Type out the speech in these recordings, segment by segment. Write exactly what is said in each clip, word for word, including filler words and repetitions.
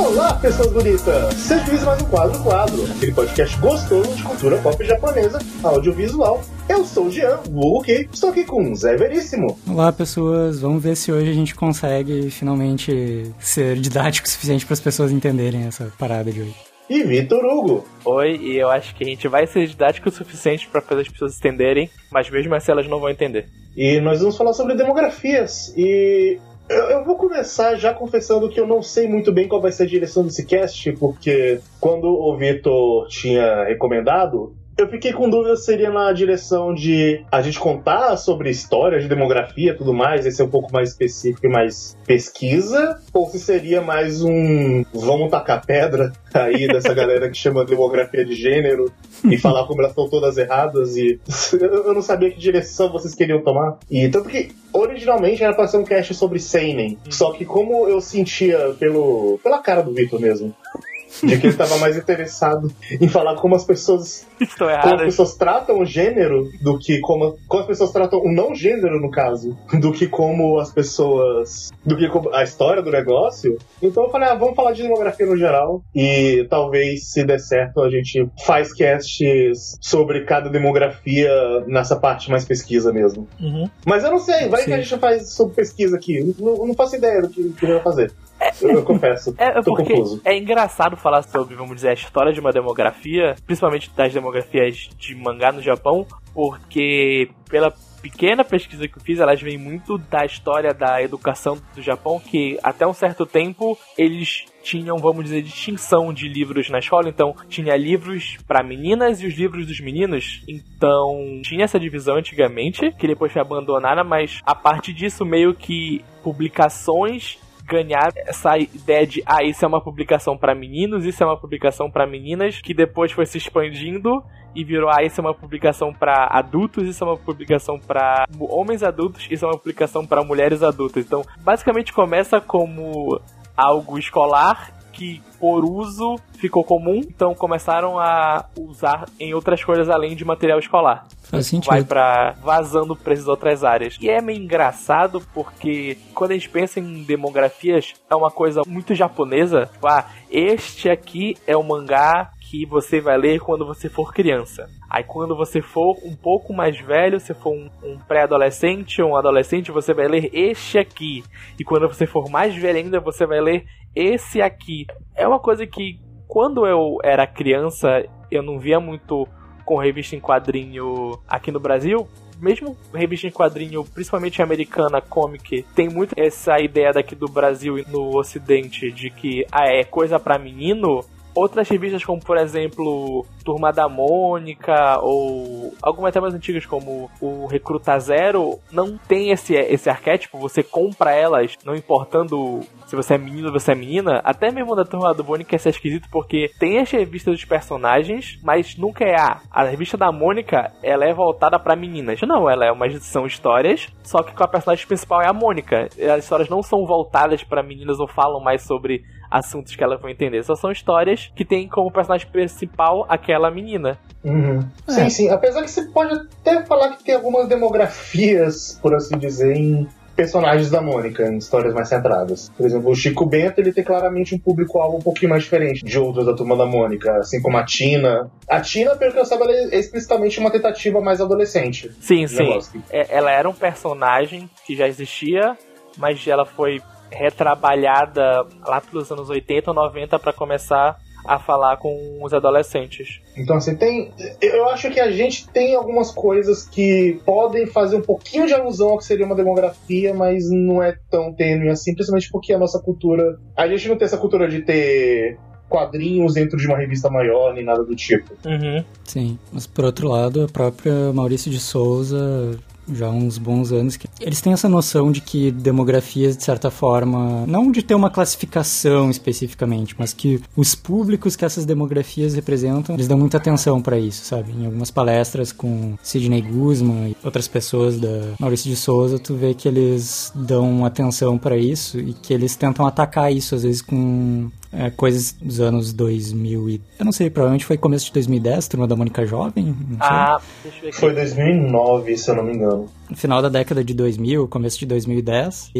Olá, pessoas bonitas! Sejam bem-vindos a mais um Quadro Quadro, aquele podcast gostoso de cultura pop japonesa, audiovisual. Eu sou o Jean, vulgo que estou aqui com o Zé Veríssimo. Olá, pessoas. Vamos ver se hoje a gente consegue finalmente ser didático o suficiente para as pessoas entenderem essa parada de hoje. E Vitor Hugo. Oi, e eu acho que a gente vai ser didático o suficiente para fazer as pessoas entenderem, mas mesmo assim elas não vão entender. E nós vamos falar sobre demografias. E eu, eu vou começar já confessando que eu não sei muito bem qual vai ser a direção desse cast, porque quando o Vitor tinha recomendado, eu fiquei com dúvida se seria na direção de a gente contar sobre história de demografia e tudo mais, esse é um pouco mais específico e mais pesquisa, ou se seria mais um vamos tacar pedra aí dessa galera que chama demografia de gênero e falar como elas estão todas erradas, e eu não sabia que direção vocês queriam tomar. E tanto que originalmente era pra ser um cast sobre seinen, só que como eu sentia pelo, pela cara do Vitor mesmo, de que ele estava mais interessado em falar como as pessoas Estou errado. como as pessoas tratam o gênero do que como, como as pessoas tratam o não gênero, no caso, do que como as pessoas, do que como a história do negócio. Então eu falei, ah, vamos falar de demografia no geral e talvez, se der certo, a gente faz casts sobre cada demografia nessa parte mais pesquisa mesmo. Uhum. Mas eu não sei, vai Sim. que a gente faz sobre pesquisa aqui. Não, não faço ideia do que, que a gente vai fazer. Eu, eu confesso, é, tô porque confuso. É engraçado falar sobre, vamos dizer, a história de uma demografia, principalmente das demografias de mangá no Japão, porque pela pequena pesquisa que eu fiz, elas vêm muito da história da educação do Japão, que até um certo tempo eles tinham, vamos dizer, distinção de livros na escola. Então tinha livros para meninas e os livros dos meninos. Então tinha essa divisão antigamente, que depois foi abandonada, mas a partir disso meio que publicações ganhar essa ideia de, ah, isso é uma publicação para meninos, isso é uma publicação para meninas, que depois foi se expandindo e virou, ah, isso é uma publicação para adultos, isso é uma publicação para homens adultos, isso é uma publicação para mulheres adultas. Então, basicamente começa como algo escolar que por uso ficou comum, então começaram a usar em outras coisas além de material escolar. Faz sentido. Vai pra vazando para essas outras áreas. E é meio engraçado porque quando a gente pensa em demografias, é uma coisa muito japonesa. Tipo, ah, este aqui é o mangá que você vai ler quando você for criança. Aí quando você for um pouco mais velho, se for um, um pré-adolescente ou um adolescente, você vai ler este aqui. E quando você for mais velho ainda, você vai ler esse aqui. É uma coisa que quando eu era criança, eu não via muito com revista em quadrinho aqui no Brasil. Mesmo revista em quadrinho, principalmente americana, comic, tem muito essa ideia daqui do Brasil e no Ocidente de que ah, é coisa pra menino. Outras revistas como, por exemplo, Turma da Mônica ou algumas até mais antigas como o Recruta Zero, não tem esse, esse arquétipo, você compra elas, não importando se você é menino ou você é menina. Até mesmo da Turma da Mônica é esquisito porque tem as revistas dos personagens, mas nunca é a... A revista da Mônica, ela é voltada pra meninas. Não, ela é uma são histórias, só que com a personagem principal é a Mônica. As histórias não são voltadas pra meninas ou falam mais sobre assuntos que elas vão entender. Só são histórias que tem como personagem principal aquela menina. Uhum. É. Sim, sim. Apesar que você pode até falar que tem algumas demografias, por assim dizer, em personagens da Mônica, em histórias mais centradas. Por exemplo, o Chico Bento, ele tem claramente um público-alvo um pouquinho mais diferente de outros da Turma da Mônica, assim como a Tina. A Tina, pelo que eu saiba, ela é explicitamente uma tentativa mais adolescente. Sim, sim. É, ela era um personagem que já existia, mas ela foi retrabalhada lá pelos anos oitenta ou noventa para começar a falar com os adolescentes. Então, assim, tem... Eu acho que a gente tem algumas coisas que podem fazer um pouquinho de alusão ao que seria uma demografia, mas não é tão tênue assim, principalmente porque a nossa cultura... A gente não tem essa cultura de ter quadrinhos dentro de uma revista maior, nem nada do tipo. Uhum. Sim, mas por outro lado, a própria Maurício de Souza... já há uns bons anos, que eles têm essa noção de que demografias, de certa forma, não de ter uma classificação especificamente, mas que os públicos que essas demografias representam, eles dão muita atenção pra isso, sabe? Em algumas palestras com Sidney Guzman e outras pessoas da Maurício de Souza, tu vê que eles dão atenção pra isso e que eles tentam atacar isso, às vezes com... É, coisas dos anos dois mil e... Eu não sei, provavelmente foi começo de dois mil e dez, Turma da Mônica Jovem? Ah, deixa eu ver aqui. Foi dois mil e nove, se eu não me engano. No final da década de dois mil, começo de dois mil e dez. E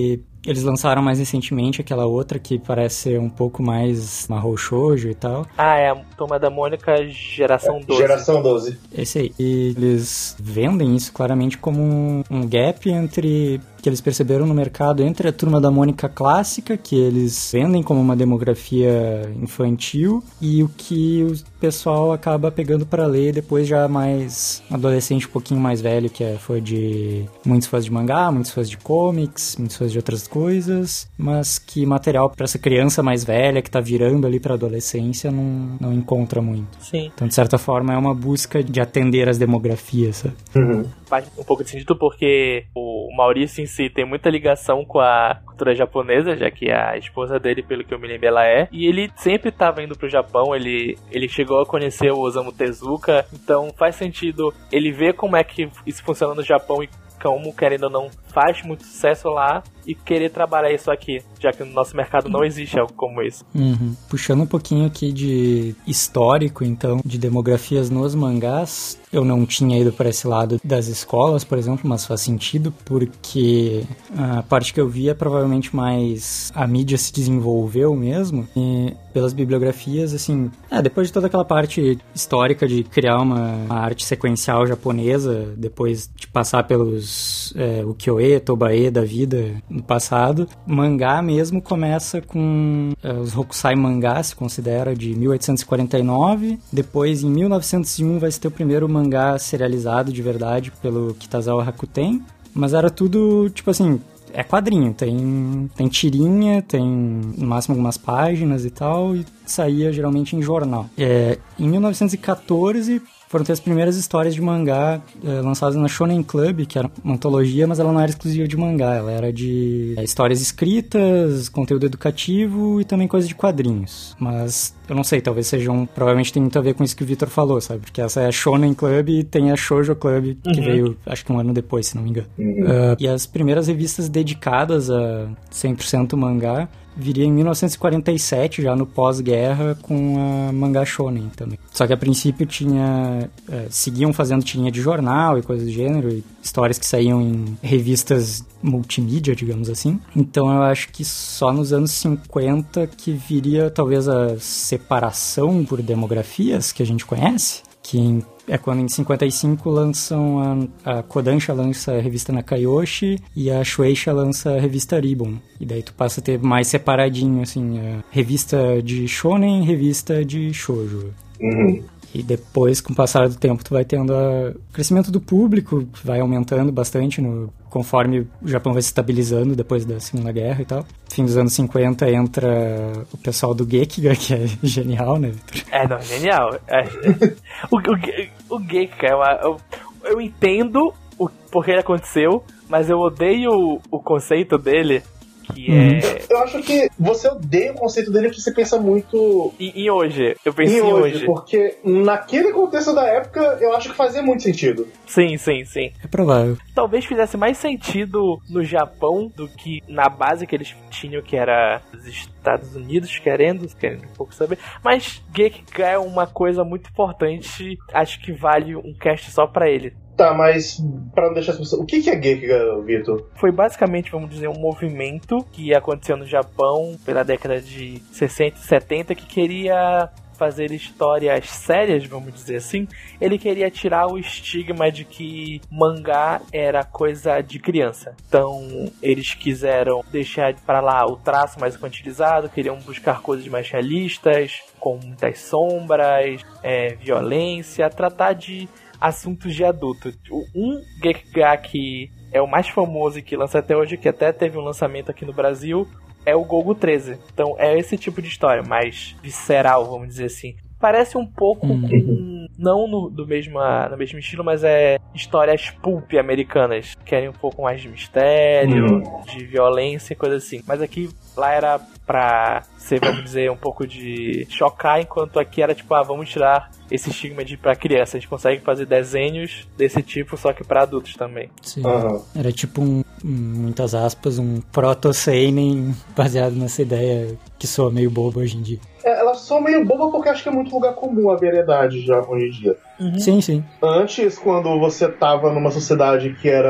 Eles lançaram mais recentemente aquela outra que parece ser um pouco mais Mahou Shoujo e tal. Ah, é a Turma da Mônica Geração doze. Geração doze. Esse aí. E eles vendem isso claramente como um, um gap entre... que eles perceberam no mercado entre a Turma da Mônica clássica, que eles vendem como uma demografia infantil, e o que o pessoal acaba pegando para ler depois já mais adolescente, um pouquinho mais velho, que é, foi de muitos fãs de mangá, muitos fãs de comics, muitos fãs de outras coisas, mas que material para essa criança mais velha que tá virando ali pra adolescência não, não encontra muito. Sim. Então, de certa forma, é uma busca de atender as demografias, sabe? Uhum. Faz um pouco de sentido porque o Maurício em si tem muita ligação com a cultura japonesa, já que a esposa dele, pelo que eu me lembro, ela é. E ele sempre estava indo pro Japão, ele, ele chegou a conhecer o Osamu Tezuka, então faz sentido ele ver como é que isso funciona no Japão e como, querendo ou não, faz muito sucesso lá e querer trabalhar isso aqui, já que no nosso mercado não existe algo como isso. Uhum. Puxando um pouquinho aqui de histórico, então, de demografias nos mangás, eu não tinha ido para esse lado das escolas, por exemplo, mas faz sentido, porque a parte que eu vi é provavelmente mais a mídia se desenvolveu mesmo, e pelas bibliografias, assim, é, depois de toda aquela parte histórica de criar uma, uma arte sequencial japonesa, depois de passar pelos é, ukiyo-e, toba-e da vida no passado, mangá mesmo começa com é, os Hokusai mangá, se considera, de mil oitocentos e quarenta e nove, depois em mil novecentos e um vai ser o primeiro mangá serializado de verdade pelo Kitazawa Rakuten, mas era tudo, tipo assim, é quadrinho, tem, tem tirinha, tem no máximo algumas páginas e tal, e saía geralmente em jornal. É, em mil novecentos e catorze foram ter as primeiras histórias de mangá é, lançadas na Shonen Club, que era uma antologia, mas ela não era exclusiva de mangá, ela era de é, histórias escritas, conteúdo educativo e também coisa de quadrinhos. Mas eu não sei, talvez sejam, provavelmente tem muito a ver com isso que o Vitor falou, sabe? Porque essa é a Shonen Club e tem a Shoujo Club, que uhum. veio, acho que um ano depois, se não me engano. Uhum. Uh, e as primeiras revistas dedicadas a cem por cento mangá viria em mil novecentos e quarenta e sete, já no pós-guerra, com a Mangá Shonen também. Só que a princípio tinha... É, seguiam fazendo tirinha de jornal e coisas do gênero, e histórias que saíam em revistas multimídia, digamos assim. Então eu acho que só nos anos cinquenta que viria talvez a separação por demografias que a gente conhece, que em é quando em cinquenta e cinco lançam a, a Kodansha lança a revista Nakayoshi e a Shueisha lança a revista Ribbon. E daí tu passa a ter mais separadinho, assim, a revista de shonen e revista de shoujo. Uhum. E depois, com o passar do tempo, tu vai tendo a... o crescimento do público, vai aumentando bastante no... conforme o Japão vai se estabilizando depois da Segunda Guerra e tal. No fim dos anos cinquenta entra o pessoal do Gekiga, que é genial, né, Victor? É, não, genial. É. o, o, o Gekiga, é uma, eu, eu entendo o porquê ele aconteceu, mas eu odeio o, o conceito dele. Que é... Eu acho que você odeia o conceito dele porque você pensa muito... E, e hoje? Eu penso em hoje, hoje. Porque naquele contexto da época, eu acho que fazia muito sentido. Sim, sim, sim. É provável. Talvez fizesse mais sentido no Japão do que na base que eles tinham, que era os Estados Unidos, querendo, querendo um pouco saber. Mas Gekiga é uma coisa muito importante, acho que vale um cast só pra ele. Tá, mas pra não deixar as pessoas... O que é Gekiga, Vitor? Foi basicamente, vamos dizer, um movimento que aconteceu no Japão pela década de sessenta e setenta, que queria fazer histórias sérias, vamos dizer assim. Ele queria tirar o estigma de que mangá era coisa de criança. Então, eles quiseram deixar pra lá o traço mais infantilizado, queriam buscar coisas mais realistas, com muitas sombras, é, violência, tratar de assuntos de adulto. Um Gekiga que é o mais famoso e que lança até hoje, que até teve um lançamento aqui no Brasil, é o Golgo treze. Então é esse tipo de história, mais visceral, vamos dizer assim. Parece um pouco uhum. com, não no, do mesma, no mesmo estilo, mas é histórias pulp americanas. Querem um pouco mais de mistério, uhum. de violência e coisa assim. Mas aqui, lá era pra ser, vamos dizer, um pouco de chocar, enquanto aqui era tipo, ah, vamos tirar esse estigma de pra criança. A gente consegue fazer desenhos desse tipo, só que pra adultos também. Sim. Uhum. Era tipo um, muitas aspas, um proto-seinen baseado nessa ideia que soa meio boba hoje em dia. É, ela soa meio boba porque acho que é muito lugar comum a variedade já hoje em dia. Uhum. Sim, sim. Antes, quando você tava numa sociedade que era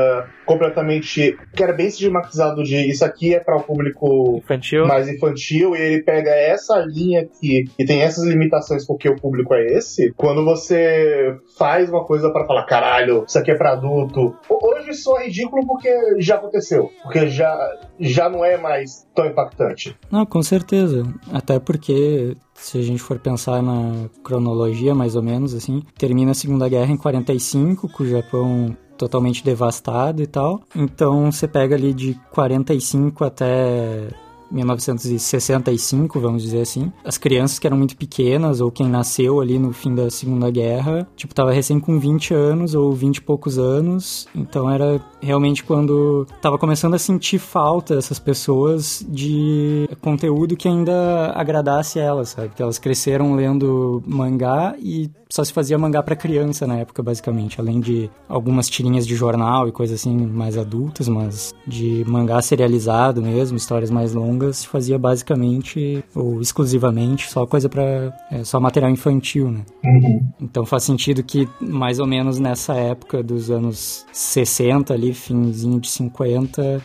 completamente, que era bem estigmatizado de isso aqui é para o público infantil. mais infantil, e ele pega essa linha aqui e tem essas limitações porque o público é esse, quando você faz uma coisa para falar, caralho, isso aqui é para adulto, hoje isso é ridículo porque já aconteceu, porque já, já não é mais tão impactante. Não, com certeza, até porque se a gente for pensar na cronologia mais ou menos, assim, termina a Segunda Guerra em quarenta e cinco, com o Japão totalmente devastado e tal. Então você pega ali de quarenta e cinco até mil novecentos e sessenta e cinco, vamos dizer assim. As crianças que eram muito pequenas, ou quem nasceu ali no fim da Segunda Guerra, tipo, tava recém com vinte anos ou vinte e poucos anos. Então era realmente quando tava começando a sentir falta essas pessoas de conteúdo que ainda agradasse elas, sabe? Que elas cresceram lendo mangá e só se fazia mangá pra criança na época, basicamente. Além de algumas tirinhas de jornal e coisas assim mais adultas, mas de mangá serializado mesmo, histórias mais longas, se fazia basicamente ou exclusivamente só coisa pra... É, só material infantil, né? Uhum. Então faz sentido que mais ou menos nessa época dos anos sessenta ali, finzinho de cinquenta,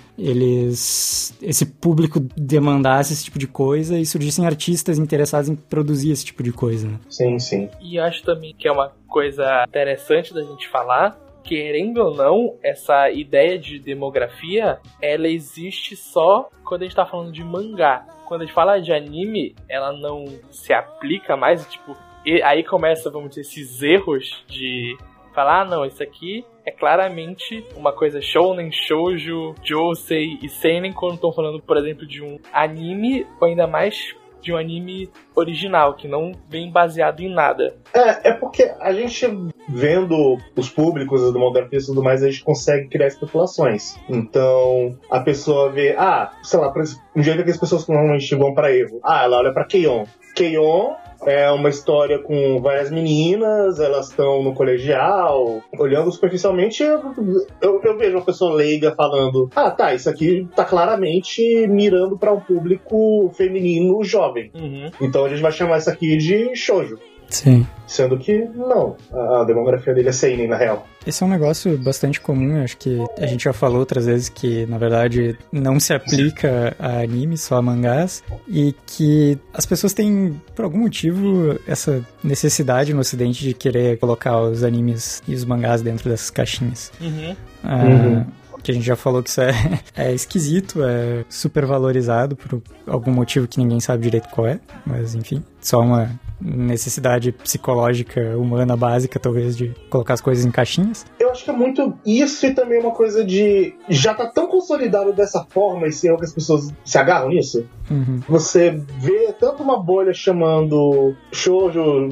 eles... esse público demandasse esse tipo de coisa e surgissem artistas interessados em produzir esse tipo de coisa, né? Sim, sim. E acho também que é uma coisa interessante da gente falar, querendo ou não, essa ideia de demografia, ela existe só quando a gente tá falando de mangá. Quando a gente fala de anime, ela não se aplica mais, tipo, e aí começa, vamos dizer, esses erros de falar, ah, não, isso aqui é claramente uma coisa shounen, shoujo, josei e seinen, quando estão falando, por exemplo, de um anime, ou ainda mais de um anime original, que não vem baseado em nada. É, é porque a gente, vendo os públicos, as demografias e tudo mais, a gente consegue criar especulações. Então, a pessoa vê, ah, sei lá, um jeito que as pessoas normalmente vão pra erro. Ah, ela olha pra Keion. Keion é uma história com várias meninas, elas estão no colegial. Olhando superficialmente, eu, eu, eu vejo uma pessoa leiga falando, ah, tá, isso aqui tá claramente mirando pra um público feminino jovem. Uhum. Então a gente vai chamar isso aqui de shoujo. Sim. Sendo que, não, a demografia dele é seinen, na real. Esse é um negócio bastante comum, acho que a gente já falou outras vezes que, na verdade, não se aplica a anime, só a mangás, e que as pessoas têm, por algum motivo, essa necessidade no ocidente de querer colocar os animes e os mangás dentro dessas caixinhas. Uhum. Ah, Uhum. Que a gente já falou que isso é, é esquisito, é super valorizado por algum motivo que ninguém sabe direito qual é, mas enfim, só uma necessidade psicológica humana básica, talvez, de colocar as coisas em caixinhas. Eu acho que é muito isso e também uma coisa de... Já tá tão consolidado dessa forma esse erro que as pessoas se agarram nisso. Uhum. Você vê tanto uma bolha chamando shoujo,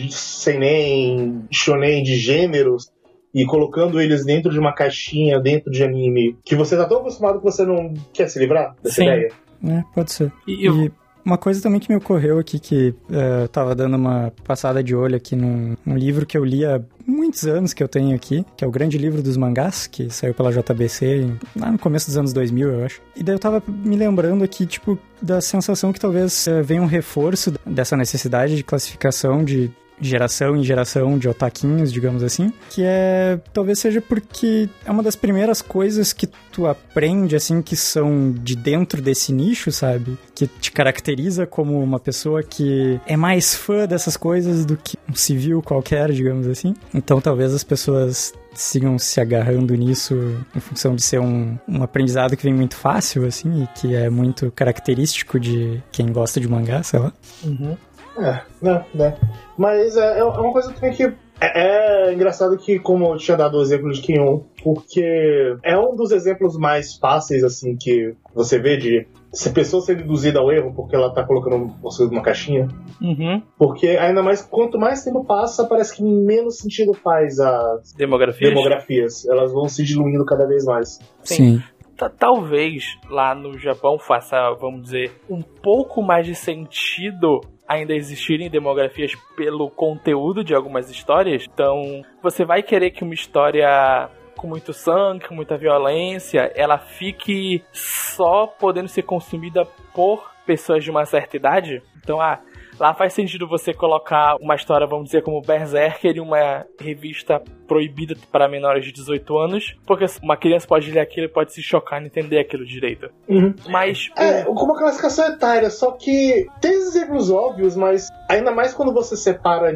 seinen, shonen de gêneros e colocando eles dentro de uma caixinha, dentro de anime, que você tá tão acostumado que você não quer se livrar dessa Sim. ideia. É, pode ser. E eu... E uma coisa também que me ocorreu aqui, que uh, eu tava dando uma passada de olho aqui num, num livro que eu li há muitos anos que eu tenho aqui, que é o Grande Livro dos Mangás, que saiu pela J B C em, lá no começo dos anos dois mil, eu acho. E daí eu tava me lembrando aqui, tipo, da sensação que talvez uh, venha um reforço dessa necessidade de classificação de geração em geração de otaquinhos, digamos assim, que é, talvez seja porque é uma das primeiras coisas que tu aprende, assim, que são de dentro desse nicho, sabe? Que te caracteriza como uma pessoa que é mais fã dessas coisas do que um civil qualquer, digamos assim. Então talvez as pessoas sigam se agarrando nisso em função de ser um, um aprendizado que vem muito fácil, assim, e que é muito característico de quem gosta de mangá, sei lá. Uhum. É, né, né. Mas é, é uma coisa também que é, é engraçado que, como eu tinha dado o exemplo de Keion, porque é um dos exemplos mais fáceis, assim, que você vê de se a pessoa ser induzida ao erro porque ela tá colocando você numa caixinha. Uhum. Porque ainda mais, quanto mais tempo passa, parece que menos sentido faz as Demografias? demografias. Elas vão se diluindo cada vez mais. Sim. Talvez lá no Japão faça, vamos dizer, um pouco mais de sentido ainda existirem demografias pelo conteúdo de algumas histórias. Então, você vai querer que uma história com muito sangue, com muita violência, ela fique só podendo ser consumida por pessoas de uma certa idade? Então, ah, lá faz sentido você colocar uma história, vamos dizer, como Berserker em uma revista proibida para menores de dezoito anos, porque uma criança pode ler aquilo e pode se chocar e entender aquilo direito. Uhum. Mas... É, com uma classificação etária, só que tem exemplos óbvios, mas ainda mais quando você separa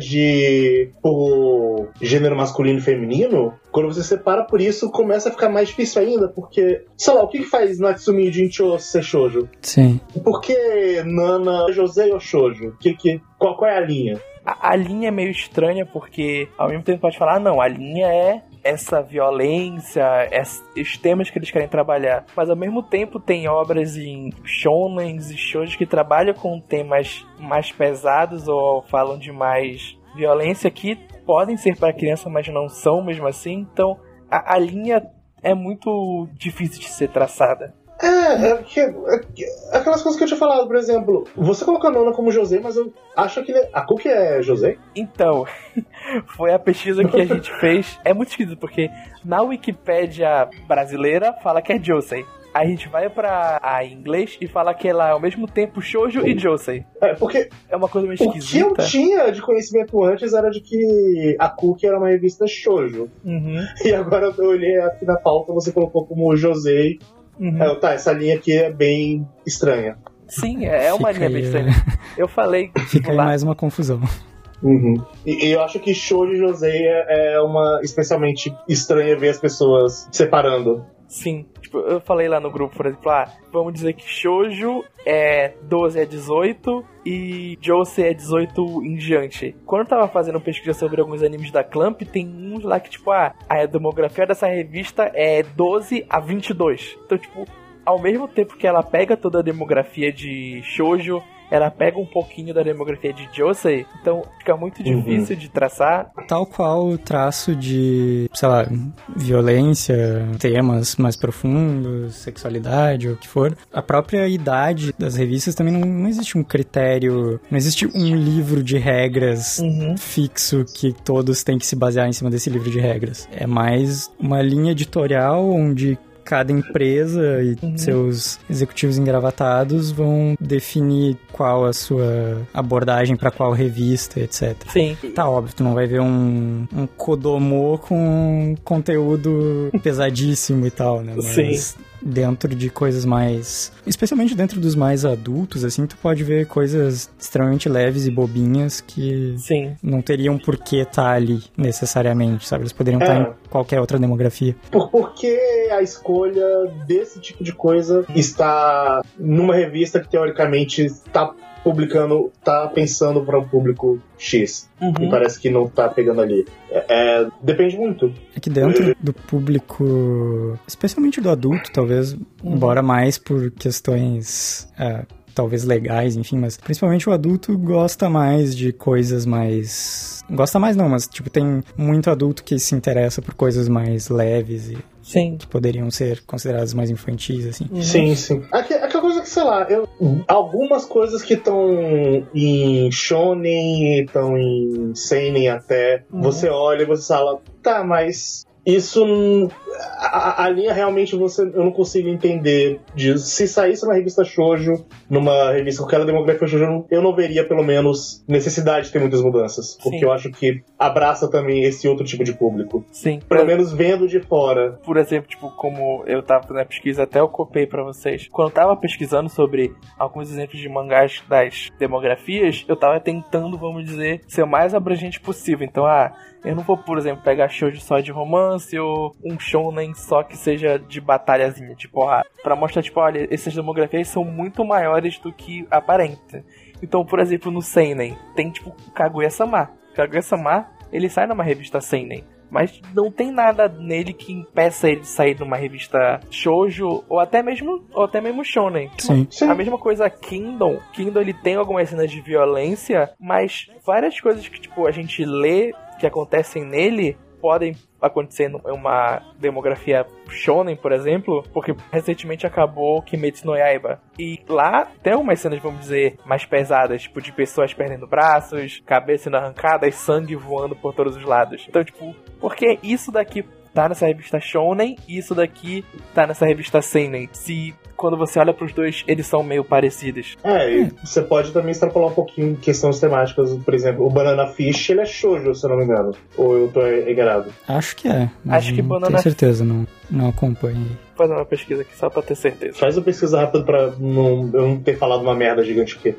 de por gênero masculino e feminino, quando você separa por isso, começa a ficar mais difícil ainda, porque, sei lá, o que, que faz Natsumi Jincho ser shoujo? Sim. Por que Nana Josei ou shoujo? Que, que, qual, qual é a linha? A, a linha é meio estranha, porque ao mesmo tempo pode falar, ah, não, a linha é essa violência, esses temas que eles querem trabalhar. Mas ao mesmo tempo tem obras em shonens e shoujos que trabalham com temas mais pesados ou falam de mais violência que podem ser para criança, mas não são mesmo assim. Então a, a linha é muito difícil de ser traçada. É, é, que, é aquelas coisas que eu tinha falado, por exemplo, você colocou a Nona como José, mas eu acho que ele, a Cookie é José? Então, foi a pesquisa que a gente fez. É muito esquisito, porque na Wikipédia brasileira fala que é Josei. A gente vai pra a inglês e fala que ela é ao mesmo tempo shoujo e josei. É, porque é uma coisa meio esquisita. O que eu tinha de conhecimento antes era de que a Cookie era uma revista shoujo. Uhum. E agora eu olhei aqui na pauta, você colocou como Josei. Uhum. É, tá, essa linha aqui é bem estranha. Sim, é uma Fica linha bem aí, estranha. Eu falei... Fica aí lá... mais uma confusão. Uhum. E, e eu acho que shoujo e josei é, é uma especialmente estranha ver as pessoas separando. Sim, tipo, eu falei lá no grupo, por exemplo, ah, vamos dizer que shoujo é doze a dezoito e josei é dezoito em diante. Quando eu tava fazendo pesquisa sobre alguns animes da Clamp, tem uns lá que, tipo, ah, a demografia dessa revista é doze a vinte e dois. Então, tipo, ao mesmo tempo que ela pega toda a demografia de shoujo, ela pega um pouquinho da demografia de josei, então fica muito difícil uhum. de traçar. Tal qual o traço de, sei lá, violência, temas mais profundos, sexualidade, ou o que for. A própria idade das revistas também não, não existe um critério, não existe um livro de regras uhum. fixo que todos têm que se basear em cima desse livro de regras. É mais uma linha editorial onde cada empresa e uhum. seus executivos engravatados vão definir qual a sua abordagem para qual revista, etcétera. Sim. Tá óbvio, tu não vai ver um, um Kodomo com conteúdo pesadíssimo e tal, né? Mas sim. Dentro de coisas mais... Especialmente dentro dos mais adultos, assim, tu pode ver coisas extremamente leves e bobinhas que sim. não teriam por que estar ali, necessariamente, sabe? Eles poderiam é. estar em qualquer outra demografia. Por, por que a escolha desse tipo de coisa está numa revista que, teoricamente, está publicando, tá pensando para um público X. Uhum. E parece que não tá pegando ali. É, é, depende muito. É que dentro do público, especialmente do adulto, talvez, uhum. embora mais por questões... É, talvez legais, enfim, mas principalmente o adulto gosta mais de coisas mais... Gosta mais não, mas tipo, tem muito adulto que se interessa por coisas mais leves e sim. que poderiam ser consideradas mais infantis, assim. Sim, sim. Aquela coisa que, sei lá, eu, algumas coisas que estão em shonen, estão em seinen até, uhum. você olha e você fala, tá, mas... Isso, a, a linha realmente você, eu não consigo entender. De, se saísse uma revista shoujo, numa revista com aquela demografia shoujo, eu não veria pelo menos necessidade de ter muitas mudanças. Porque sim. eu acho que abraça também esse outro tipo de público. Sim. Pelo menos vendo de fora. Por exemplo, tipo, como eu tava fazendo a pesquisa, até eu copiei pra vocês. Quando eu tava pesquisando sobre alguns exemplos de mangás das demografias, eu tava tentando, vamos dizer, ser o mais abrangente possível. Então, ah, eu não vou, por exemplo, pegar shoujo só de romance ou um shonen só que seja de batalhazinha, tipo, ah, pra mostrar, tipo, olha, essas demografias são muito maiores do que aparenta. Então, por exemplo, no seinen, tem, tipo, Kaguya-sama. Kaguya-sama, ele sai numa revista seinen, mas não tem nada nele que impeça ele de sair numa revista shoujo ou até mesmo, ou até mesmo shonen. Sim. A mesma coisa Kingdom. Kingdom, ele tem algumas cenas de violência, mas várias coisas que, tipo, a gente lê que acontecem nele podem acontecer em uma demografia shonen, por exemplo, porque recentemente acabou Kimetsu no Yaiba. E lá tem umas cenas, vamos dizer, mais pesadas, tipo, de pessoas perdendo braços, cabeça sendo arrancada e sangue voando por todos os lados. Então, tipo, porque isso daqui tá nessa revista shonen e isso daqui tá nessa revista seinen? Se quando você olha pros dois, eles são meio parecidos. É, e você pode também extrapolar um pouquinho questões temáticas. Por exemplo, o Banana Fish, ele é shoujo, se eu não me engano. Ou eu tô enganado? Acho que é. Mas Acho que não Banana... tenho certeza, não, não acompanho. Vou fazer uma pesquisa aqui só pra ter certeza. Faz uma pesquisa rápida pra não, eu não ter falado uma merda gigante aqui.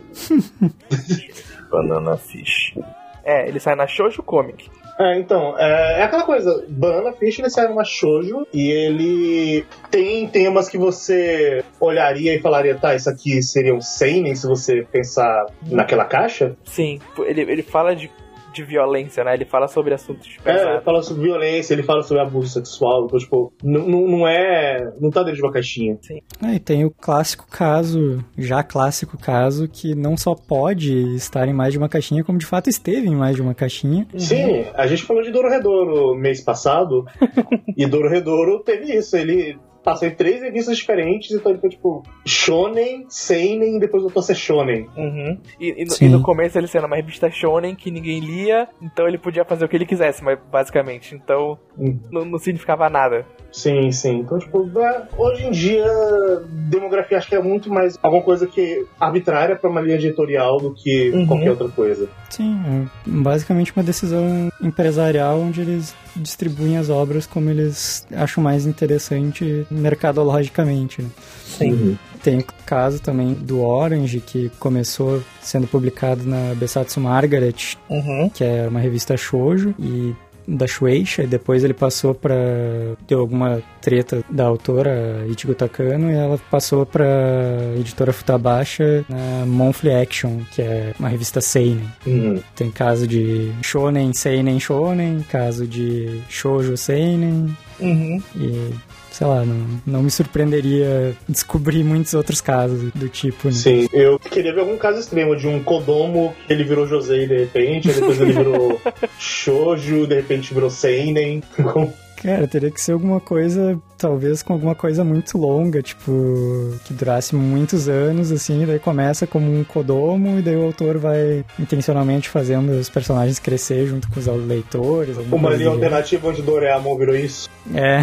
Banana Fish. É, ele sai na Shoujo Comic. É, então, é, é aquela coisa, Banana Fish ele sai numa shoujo e ele tem temas que você olharia e falaria, tá, isso aqui seria um seinen se você pensar naquela caixa? Sim, ele, ele fala de, de violência, né? Ele fala sobre assuntos pesados. É, ele fala sobre violência, ele fala sobre abuso sexual, então, tipo, não, não é... não tá dentro de uma caixinha. Sim. É, e tem o clássico caso, já clássico caso, que não só pode estar em mais de uma caixinha, como de fato esteve em mais de uma caixinha. Sim, a gente falou de Dororedoro mês passado, e Dororedoro teve isso, ele passou em três revistas diferentes, então ele foi tipo shonen, seinen, depois voltou a ser shonen. Uhum. E, e, no, e no começo ele sendo uma revista shonen que ninguém lia, então ele podia fazer o que ele quisesse, mas basicamente, então hum. não, não significava nada. Sim, sim. Então, tipo, hoje em dia, demografia acho que é muito mais alguma coisa que arbitrária pra uma linha editorial do que uhum. qualquer outra coisa. Sim, é basicamente uma decisão empresarial onde eles distribuem as obras como eles acham mais interessante mercadologicamente. Né? Sim. Uhum. Tem o caso também do Orange, que começou sendo publicado na Besatsu Margaret, uhum. que é uma revista shoujo, e da Shueisha, e depois ele passou pra... deu alguma treta da autora, Ichigo Takano, e ela passou pra editora Futabasha na Monthly Action, que é uma revista seinen. Uhum. Tem caso de shonen, seinen, shonen, caso de shoujo, seinen, uhum. e... sei lá, não, não me surpreenderia descobrir muitos outros casos do tipo, né? Sim, eu queria ver algum caso extremo de um Kodomo que ele virou Josei de repente, depois ele virou shoujo, de repente virou seinen. Cara, teria que ser alguma coisa, talvez com alguma coisa muito longa, tipo, que durasse muitos anos, assim, daí começa como um Kodomo e daí o autor vai intencionalmente fazendo os personagens crescer junto com os leitores. Uma linha alternativa onde Doraemon virou isso. É...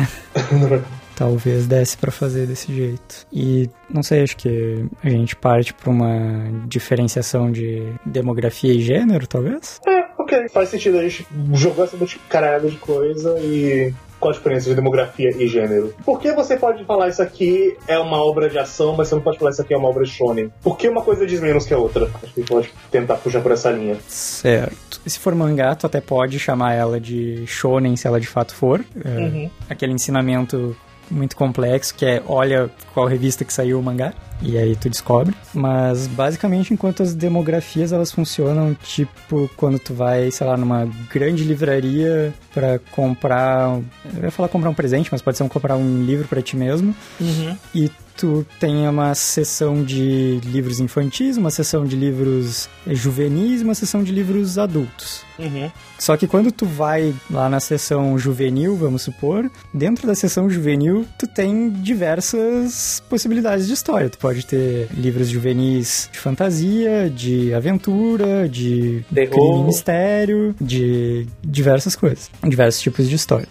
Talvez desse pra fazer desse jeito. E, não sei, acho que a gente parte pra uma diferenciação de demografia e gênero, talvez? É, ok. Faz sentido. A gente jogou essa caralhada de coisa e... qual a diferença de demografia e gênero? Por que você pode falar isso aqui é uma obra de ação, mas você não pode falar isso aqui é uma obra de shonen? Por que uma coisa diz menos que a outra? Acho que pode tentar puxar por essa linha. Certo. E se for mangá, tu até pode chamar ela de shonen, se ela de fato for. É, uhum. Aquele ensinamento muito complexo, que é olha qual revista que saiu o mangá, e aí tu descobre. Mas basicamente, enquanto as demografias elas funcionam tipo quando tu vai, sei lá, numa grande livraria pra comprar, eu ia falar comprar um presente, mas pode ser um comprar um livro pra ti mesmo, uhum. e tu tem uma seção de livros infantis, uma seção de livros juvenis, uma seção de livros adultos. Uhum. Só que quando tu vai lá na seção juvenil, vamos supor, dentro da seção juvenil tu tem diversas possibilidades de história. Tu pode ter livros juvenis de fantasia, de aventura, de terror, crime e mistério, de diversas coisas, diversos tipos de história.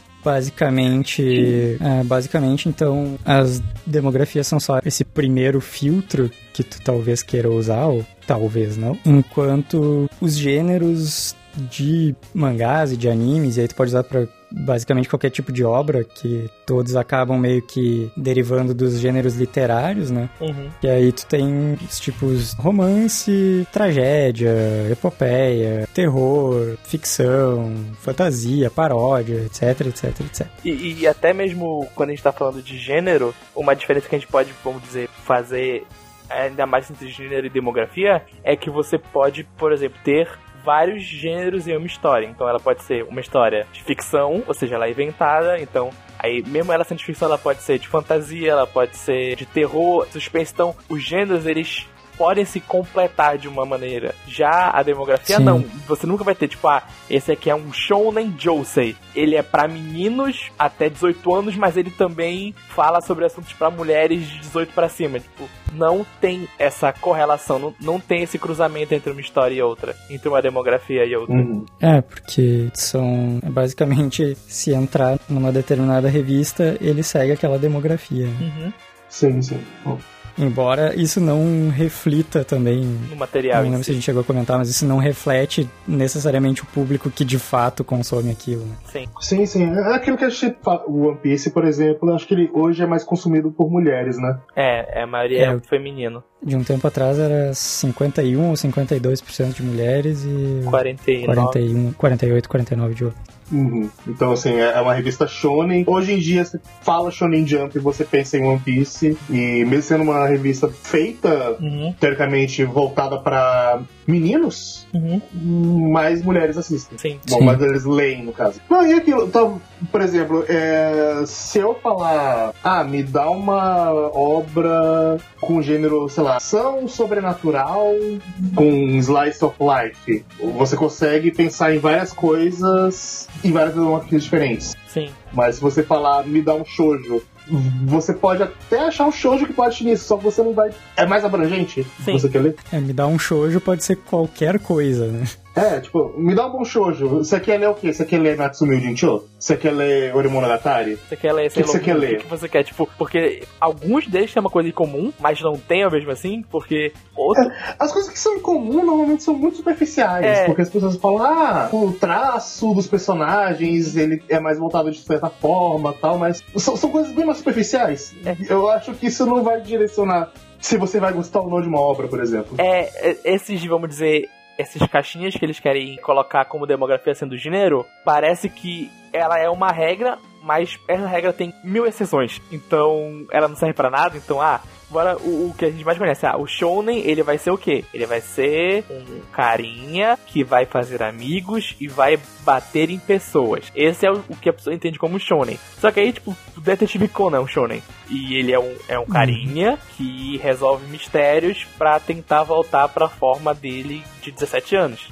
Basicamente, é, basicamente, então, as demografias são só esse primeiro filtro que tu talvez queira usar, ou talvez não, enquanto os gêneros de mangás e de animes, e aí tu pode usar pra basicamente qualquer tipo de obra, que todos acabam meio que derivando dos gêneros literários, né? Uhum. E aí tu tem os tipos romance, tragédia, epopeia, terror, ficção, fantasia, paródia, etc, etc, etcétera. E, e até mesmo quando a gente tá falando de gênero, uma diferença que a gente pode, vamos dizer, fazer ainda mais entre gênero e demografia, é que você pode, por exemplo, ter vários gêneros em uma história. Então ela pode ser uma história de ficção, ou seja, ela é inventada, então aí mesmo ela sendo de ficção, ela pode ser de fantasia, ela pode ser de terror, suspense. Então os gêneros, eles podem se completar de uma maneira. Já a demografia, sim, não. Você nunca vai ter, tipo, ah, esse aqui é um shounen josei. Ele é pra meninos até dezoito anos, mas ele também fala sobre assuntos pra mulheres de dezoito pra cima. Tipo, não tem essa correlação, não, não tem esse cruzamento entre uma história e outra, entre uma demografia e outra. Uhum. É, porque são, basicamente, se entrar numa determinada revista, ele segue aquela demografia. Uhum. Sim, sim. Embora isso não reflita também... No material. Não lembro se a gente chegou a comentar, mas isso não reflete necessariamente o público que de fato consome aquilo, né? Sim. Sim, sim. É aquilo que a gente fala. O One Piece, por exemplo, eu acho que ele hoje é mais consumido por mulheres, né? É, é a maioria é, é feminino. De um tempo atrás era cinquenta e um ou cinquenta e dois por cento de mulheres e... quarenta e nove. quarenta e um, quarenta e oito, quarenta e nove de homens. Uhum. Então, assim, é uma revista shonen. Hoje em dia, você fala Shonen Jump e você pensa em One Piece. E mesmo sendo uma revista feita, uhum. teoricamente, voltada pra meninos, uhum. mais mulheres assistem. Sim. Bom, Sim. mas eles leem, no caso. Não, e aquilo, então, por exemplo, é, se eu falar, ah, me dá uma obra com gênero, sei lá, ação sobrenatural com slice of life, você consegue pensar em várias coisas em várias filosóficas diferentes. Sim. Mas se você falar, me dá um shoujo, você pode até achar um shoujo que pode nisso, só que você não vai... É mais abrangente? Sim. Você quer ler? É, me dá um shoujo pode ser qualquer coisa, né? É, tipo, me dá um bom shoujo. Você quer ler o quê? Você quer ler Natsumi Ujincho? Você quer ler Orimonogatari? Você quer ler... O que você quer ler? O que você quer? Tipo, porque alguns deles têm uma coisa em comum, mas não tem ao mesmo assim, porque... Outro... É, as coisas que são em comum normalmente são muito superficiais, é. porque as pessoas falam, ah, o traço dos personagens, ele é mais voltado de certa forma e tal, mas são, são coisas bem mais superficiais. É. Eu acho que isso não vai direcionar se você vai gostar ou não de uma obra, por exemplo. É, esses, vamos dizer... essas caixinhas que eles querem colocar como demografia sendo gênero, parece que ela é uma regra, mas essa regra tem mil exceções. Então, ela não serve pra nada. Então, ah, agora o, o que a gente mais conhece, ah, o shounen, ele vai ser o quê? Ele vai ser um carinha que vai fazer amigos e vai bater em pessoas. Esse é o, o que a pessoa entende como shounen. Só que aí, tipo, o Detetive Conan é um shounen. E ele é um, é um carinha que resolve mistérios pra tentar voltar pra forma dele de dezessete anos.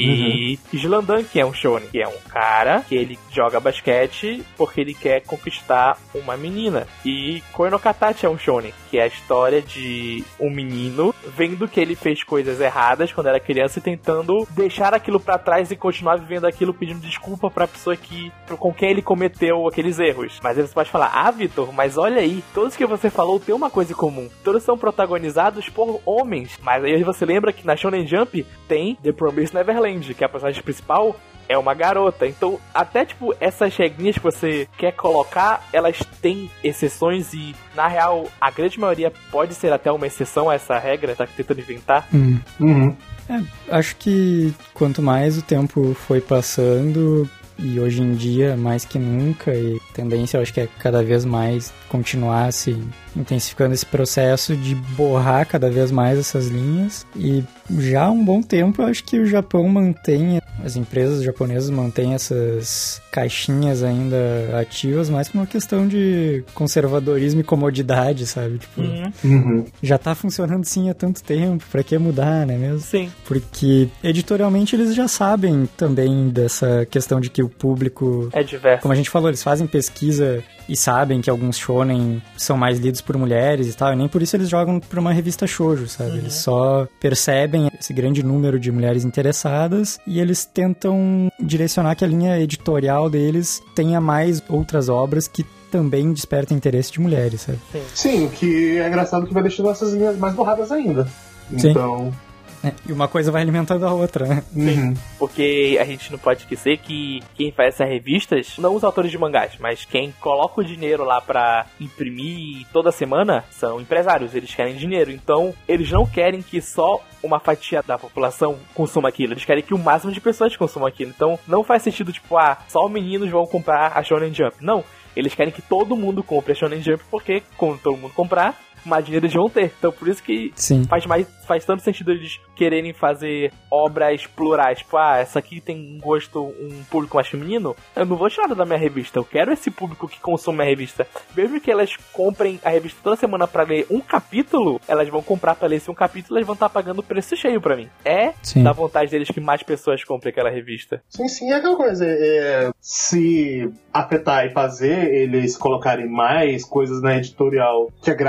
E uhum. Slandan, que é um shounen, que é um cara que ele joga basquete porque ele quer conquistar uma menina. E Koi no Katachi é um shounen, que é a história de um menino vendo que ele fez coisas erradas quando era criança e tentando deixar aquilo pra trás e continuar vivendo aquilo, pedindo desculpa pra pessoa que, com quem ele cometeu aqueles erros. Mas aí você pode falar, ah, Vitor, mas olha aí, todos que você falou tem uma coisa em comum. Todos são protagonizados por homens. Mas aí você lembra que na Shonen Jump tem The Promised Neverland, que é a personagem principal é uma garota. Então, até, tipo, essas regrinhas que você quer colocar, elas têm exceções e, na real, a grande maioria pode ser até uma exceção a essa regra, tá tentando inventar. Hum. Uhum. É, acho que quanto mais o tempo foi passando, e hoje em dia, mais que nunca, e a tendência, eu acho que é cada vez mais continuar se intensificando esse processo de borrar cada vez mais essas linhas. E já há um bom tempo eu acho que o Japão mantém, as empresas japonesas mantêm essas caixinhas ainda ativas, mais por uma questão de conservadorismo e comodidade, sabe? Tipo, uhum. Uhum. já tá funcionando assim há tanto tempo, pra que mudar, né mesmo? Sim. Porque editorialmente eles já sabem também dessa questão de que o público é diverso. Como a gente falou, eles fazem pesquisa e sabem que alguns shonen são mais lidos por mulheres e tal, e nem por isso eles jogam pra uma revista shoujo, sabe? Uhum. Eles só percebem esse grande número de mulheres interessadas e eles tentam direcionar que a linha editorial deles tenha mais outras obras que também despertem interesse de mulheres, sabe? Sim, Sim, o que é engraçado que vai deixando essas linhas mais borradas ainda. Sim. Então... É, e uma coisa vai alimentando a outra, né? Sim, porque a gente não pode esquecer que quem faz essas revistas, não os autores de mangás, mas quem coloca o dinheiro lá pra imprimir toda semana são empresários, eles querem dinheiro. Então, eles não querem que só uma fatia da população consuma aquilo, eles querem que o máximo de pessoas consumam aquilo. Então, não faz sentido, tipo, ah, só meninos vão comprar a Shonen Jump. Não, eles querem que todo mundo compre a Shonen Jump, porque quando todo mundo comprar, mais dinheiro eles vão ter. Então por isso que Sim. faz mais faz tanto sentido eles quererem fazer obras plurais. Tipo, ah, essa aqui tem um gosto, um público mais feminino, eu não vou tirar da minha revista, eu quero esse público que consome a revista. Mesmo que elas comprem a revista toda semana pra ler um capítulo, elas vão comprar pra ler esse um capítulo e elas vão estar pagando preço cheio pra mim. É sim. da vontade deles que mais pessoas comprem aquela revista. Sim, sim, é aquela coisa. É, se afetar e fazer eles colocarem mais coisas na editorial que agrade aquele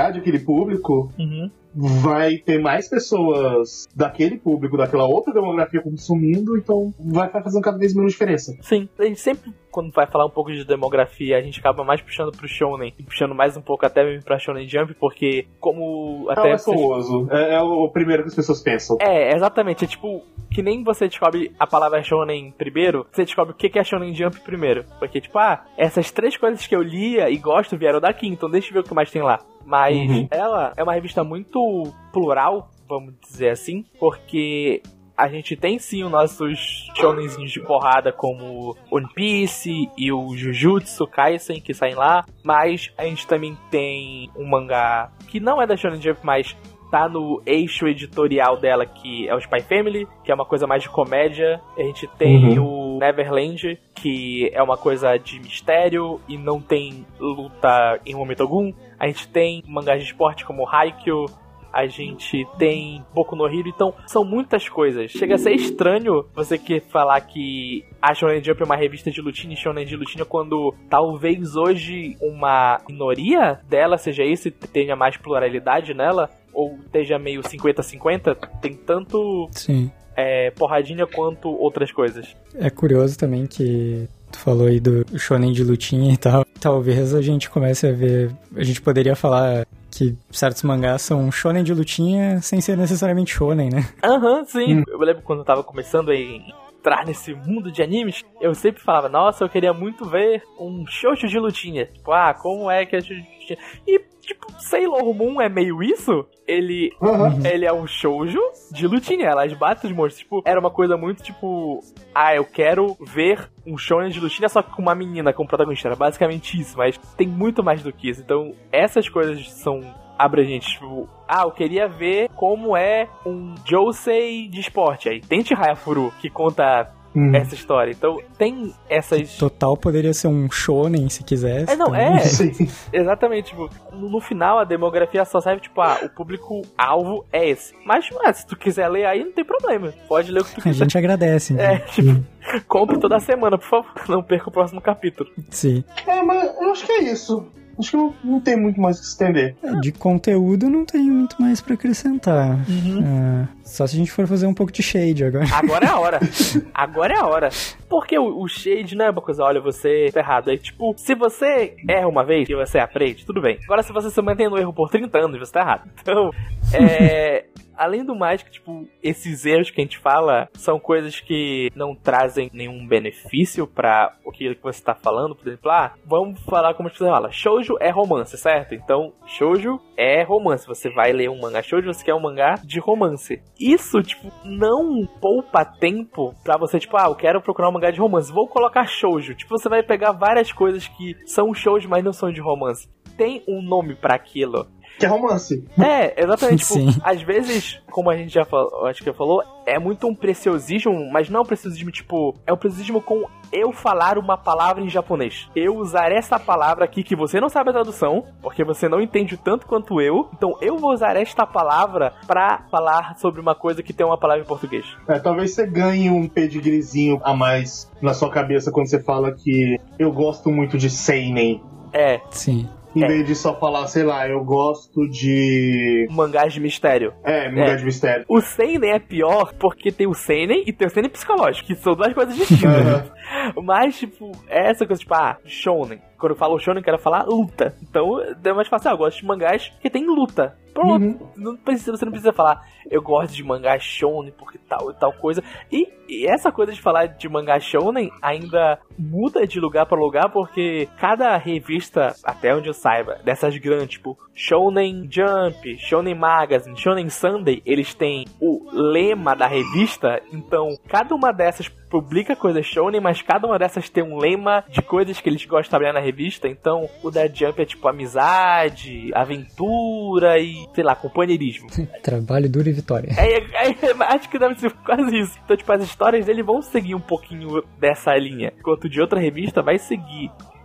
público, Uhum. vai ter mais pessoas daquele público, daquela outra demografia consumindo, então vai fazendo cada vez menos diferença. Sim, a gente sempre, quando vai falar um pouco de demografia, a gente acaba mais puxando pro Shonen, e puxando mais um pouco até mesmo pra Shonen Jump, porque como É até... o mais famoso, é, é o primeiro que as pessoas pensam. É, exatamente, é tipo, que nem você descobre a palavra Shonen primeiro, você descobre o que é Shonen Jump primeiro, porque tipo, ah, essas três coisas que eu lia e gosto vieram daqui, então deixa eu ver o que mais tem lá. Mas Uhum. ela é uma revista muito plural, vamos dizer assim, porque a gente tem sim os nossos shonenzinhos de porrada como One Piece e o Jujutsu Kaisen que saem lá, mas a gente também tem um mangá que não é da Shonen Jump, mas tá no eixo editorial dela, que é o Spy Family, que é uma coisa mais de comédia. A gente tem Uhum. o Neverland, que é uma coisa de mistério e não tem luta em momento algum. A gente tem mangás de esporte como Haikyuu, a gente tem Boku no Hero, então são muitas coisas. Chega a ser estranho você que falar que a Shonen Jump é uma revista de lutinha e Shonen de lutinha, quando talvez hoje uma minoria dela seja isso e tenha mais pluralidade nela, ou esteja meio cinquenta a cinquenta, tem tanto Sim. é, porradinha quanto outras coisas. É curioso também que tu falou aí do shonen de lutinha e tal. Talvez a gente comece a ver... A gente poderia falar que certos mangás são shonen de lutinha sem ser necessariamente shonen, né? Aham, uhum, sim. Hum. Eu lembro quando eu tava começando a entrar nesse mundo de animes, eu sempre falava, nossa, eu queria muito ver um shoujo de lutinha. Tipo, ah, como é que é shoujo de lutinha? E, tipo, Sailor Moon é meio isso. Ele, Uhum. ele é um shoujo de lutinha. Elas batem os monstros. Tipo, era uma coisa muito, tipo... Ah, eu quero ver um shonen de lutinha só que com uma menina como protagonista. Era basicamente isso, mas tem muito mais do que isso. Então, essas coisas são abrangentes. Tipo, ah, eu queria ver como é um Josei de esporte. Aí tem Chihaya Furu, que conta... Hum. essa história. Então, tem essas... Total poderia ser um shonen, se quisesse. É, não, também. é. Sim. Exatamente, tipo, no, no final a demografia só serve, tipo, ah, o público-alvo é esse. Mas, ah, se tu quiser ler aí, não tem problema. Pode ler o que tu A quiser. gente agradece. Então. É, tipo, compre toda semana, por favor. Não perca o próximo capítulo. Sim. É, mas eu acho que é isso. Acho que não, não tem muito mais o que se estender. De conteúdo não tem muito mais pra acrescentar. Uhum. Ah, só se a gente for fazer um pouco de shade agora. Agora é a hora. Agora é a hora. Porque o, o shade não é uma coisa, olha, você tá errado. É tipo, se você erra uma vez e você aprende, tudo bem. Agora, se você se mantém no erro por trinta anos, você tá errado. Então, é... Além do mais que, tipo, esses erros que a gente fala são coisas que não trazem nenhum benefício pra aquilo que você tá falando. Por exemplo, ah, vamos falar como as pessoas falam. Shoujo é romance, certo? Então, shoujo é romance. Você vai ler um mangá shoujo, você quer um mangá de romance. Isso, tipo, não poupa tempo pra você, tipo, ah, eu quero procurar um mangá de romance. Vou colocar shoujo. Tipo, você vai pegar várias coisas que são shoujo, mas não são de romance. Tem um nome pra aquilo. Que é romance. É, exatamente. Tipo, Sim. às vezes, como a gente já falou, acho que já falou, é muito um preciosismo, mas não um preciosismo, tipo, é um preciosismo com eu falar uma palavra em japonês. Eu usar essa palavra aqui que você não sabe a tradução, porque você não entende tanto quanto eu. Então, eu vou usar esta palavra pra falar sobre uma coisa que tem uma palavra em português. É, talvez você ganhe um pedigreezinho a mais na sua cabeça quando você fala que eu gosto muito de seinen. É, Sim. Em É. vez de só falar, sei lá, eu gosto de... mangás de mistério. É, mangá É. de mistério. O seinen é pior porque tem o seinen e tem o seinen psicológico, que são duas coisas distintas. Aham. Mas, tipo, é essa coisa, tipo, ah, shonen. Quando eu falo shonen, eu quero falar luta. Então, é mais fácil, ah, eu gosto de mangás que tem luta. Pronto. Uhum. Não precisa, você não precisa falar, eu gosto de mangá shonen porque tal e tal coisa. E, e essa coisa de falar de mangá shonen ainda muda de lugar pra lugar, porque cada revista, até onde eu saiba, dessas grandes, tipo, Shonen Jump, Shonen Magazine, Shonen Sunday, eles têm o lema da revista. Então, cada uma dessas publica coisas shonen, mas cada uma dessas tem um lema de coisas que eles gostam de trabalhar na revista. Então, o da Jump é tipo amizade, aventura e, sei lá, companheirismo. Trabalho duro e vitória. É, é, é, acho que deve ser quase isso. Então, tipo, as histórias dele vão seguir um pouquinho dessa linha, enquanto de outra revista vai seguir